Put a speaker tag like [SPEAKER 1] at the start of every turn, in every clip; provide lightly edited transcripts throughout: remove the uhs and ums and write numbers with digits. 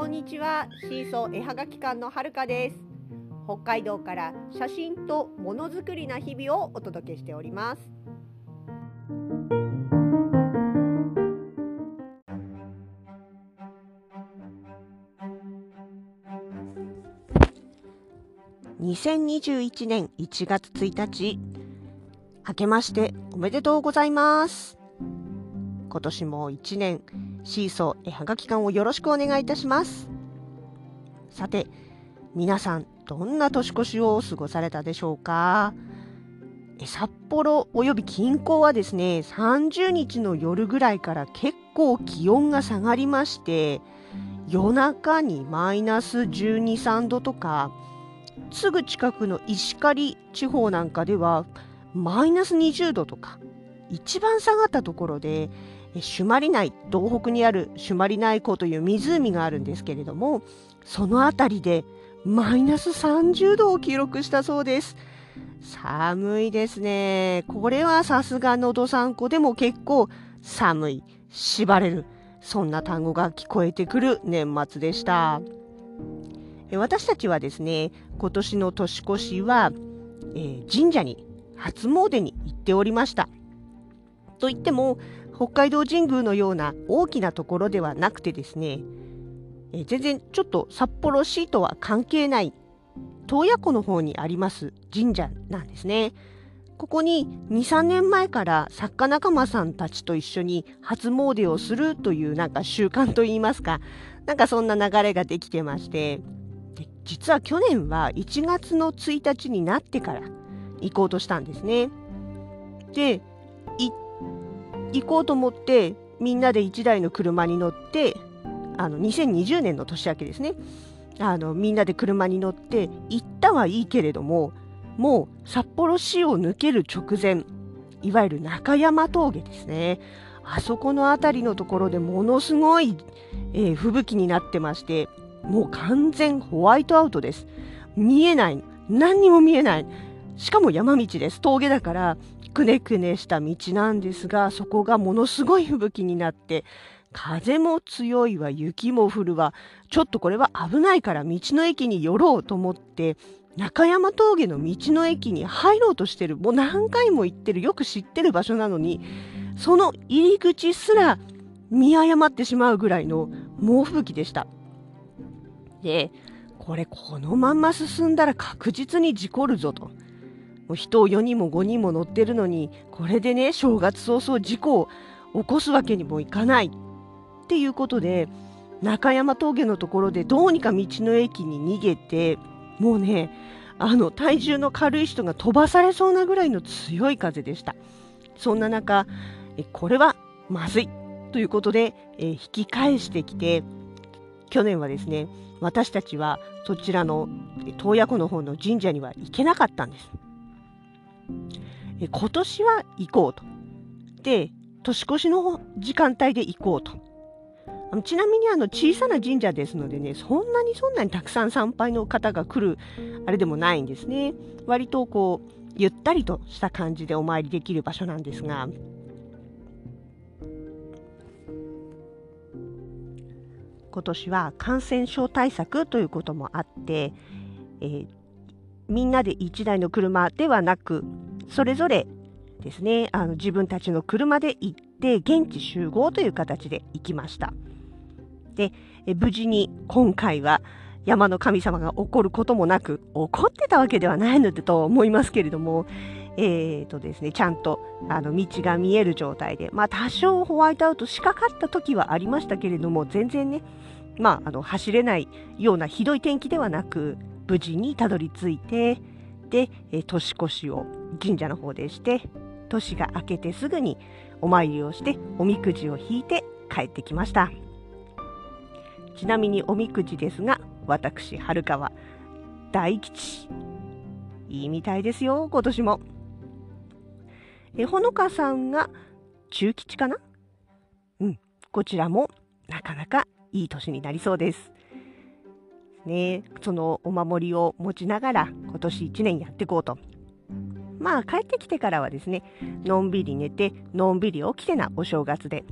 [SPEAKER 1] んにちは。シーソー絵はがき館のはるかです。北海道から写真とものづくりな日々をお届けしております。2021年1月1日、明けましておめでとうございます。今年も1年シーソー絵はがき館をよろしくお願いいたします。さて、皆さんどんな年越しを過ごされたでしょうか。札幌および近郊はですね、30日の夜ぐらいから結構気温が下がりまして、夜中にマイナス12、13度とか、すぐ近くの石狩地方なんかではマイナス20度とか、一番下がったところで朱鞠内、東北にある朱鞠内湖という湖があるんですけれども、そのあたりでマイナス30度を記録したそうです。寒いですね。これはさすがのどさんこでも結構寒い、縛れる、そんな単語が聞こえてくる年末でした。私たちはですね、今年の年越しは、神社に初詣に行っておりました。といっても北海道神宮のような大きなところではなくてですね、全然ちょっと札幌市とは関係ない洞爺湖の方にあります神社なんですね。ここに2、3年前から作家仲間さんたちと一緒に初詣をするというなんか習慣といいますか、なんかそんな流れができてまして、で実は去年は1月の1日になってから行こうとしたんですね。で、行こうと思ってみんなで1台の車に乗って、2020年の年明けですね、みんなで車に乗って行ったはいいけれども、もう札幌市を抜ける直前、いわゆる中山峠ですね、あそこの辺りのところでものすごい、吹雪になってまして、もう完全ホワイトアウトです。見えない、何にも見えない。しかも山道です。峠だからくねくねした道なんですが、そこがものすごい吹雪になって、風も強いわ、雪も降るわ、ちょっとこれは危ないから道の駅に寄ろうと思って中山峠の道の駅に入ろうとしてる。もう何回も行ってる、よく知ってる場所なのに、その入り口すら見誤ってしまうぐらいの猛吹雪でした。で、このまんま進んだら確実に事故るぞと。もう人を4人も5人も乗ってるのに、これでね、正月早々事故を起こすわけにもいかないっていうことで、中山峠のところでどうにか道の駅に逃げて、もうね、体重の軽い人が飛ばされそうなぐらいの強い風でした。そんな中、これはまずいということで、引き返してきて、去年はですね、私たちはそちらの洞爺湖の方の神社には行けなかったんです。今年は行こうと。で、年越しの時間帯で行こうと。ちなみに小さな神社ですのでね、そんなにたくさん参拝の方が来るあれでもないんですね。割とこうゆったりとした感じでお参りできる場所なんですが、今年は感染症対策ということもあって、みんなで1台の車ではなく、それぞれですね、自分たちの車で行って現地集合という形で行きました。で、無事に今回は山の神様が怒ることもなく、怒ってたわけではないのでと思いますけれども、ですね、ちゃんと道が見える状態で、多少ホワイトアウトしかかった時はありましたけれども、全然ね、走れないようなひどい天気ではなく、無事にたどり着いて、で、年越しを神社の方でして、年が明けてすぐにお参りをしておみくじを引いて帰ってきました。ちなみにおみくじですが、私はるかは大吉、いいみたいですよ。今年もほのかさんが中吉かな。こちらもなかなかいい年になりそうですね。そのお守りを持ちながら今年1年やっていこうと。帰ってきてからはですね、のんびり寝てのんびり起きてなお正月で、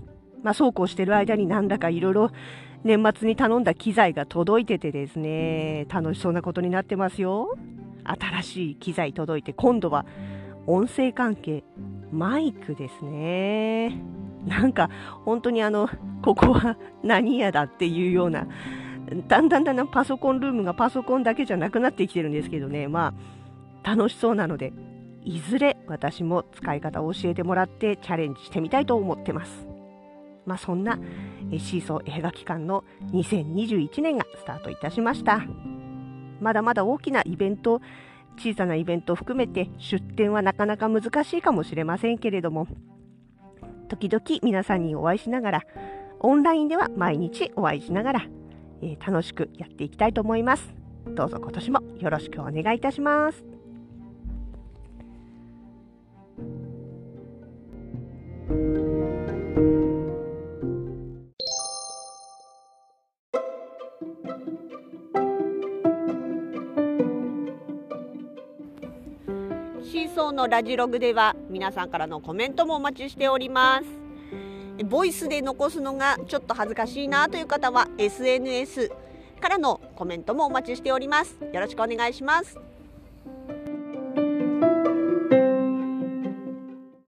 [SPEAKER 1] そうこうしてる間になんだかいろいろ年末に頼んだ機材が届いててですね、楽しそうなことになってますよ。新しい機材届いて、今度は音声関係、マイクですね。なんか本当にここは何屋だっていうような、だんだんパソコンルームがパソコンだけじゃなくなってきてるんですけどね、楽しそうなので、いずれ私も使い方を教えてもらってチャレンジしてみたいと思ってます。そんなシーソー映画期間の2021年がスタートいたしました。まだまだ大きなイベント、小さなイベントを含めて出展はなかなか難しいかもしれませんけれども、時々皆さんにお会いしながら、オンラインでは毎日お会いしながら、楽しくやっていきたいと思います。どうぞ今年もよろしくお願いいたします。シーソーのラジログでは皆さんからのコメントもお待ちしております。ボイスで残すのがちょっと恥ずかしいなという方は SNS からのコメントもお待ちしております。よろしくお願いします。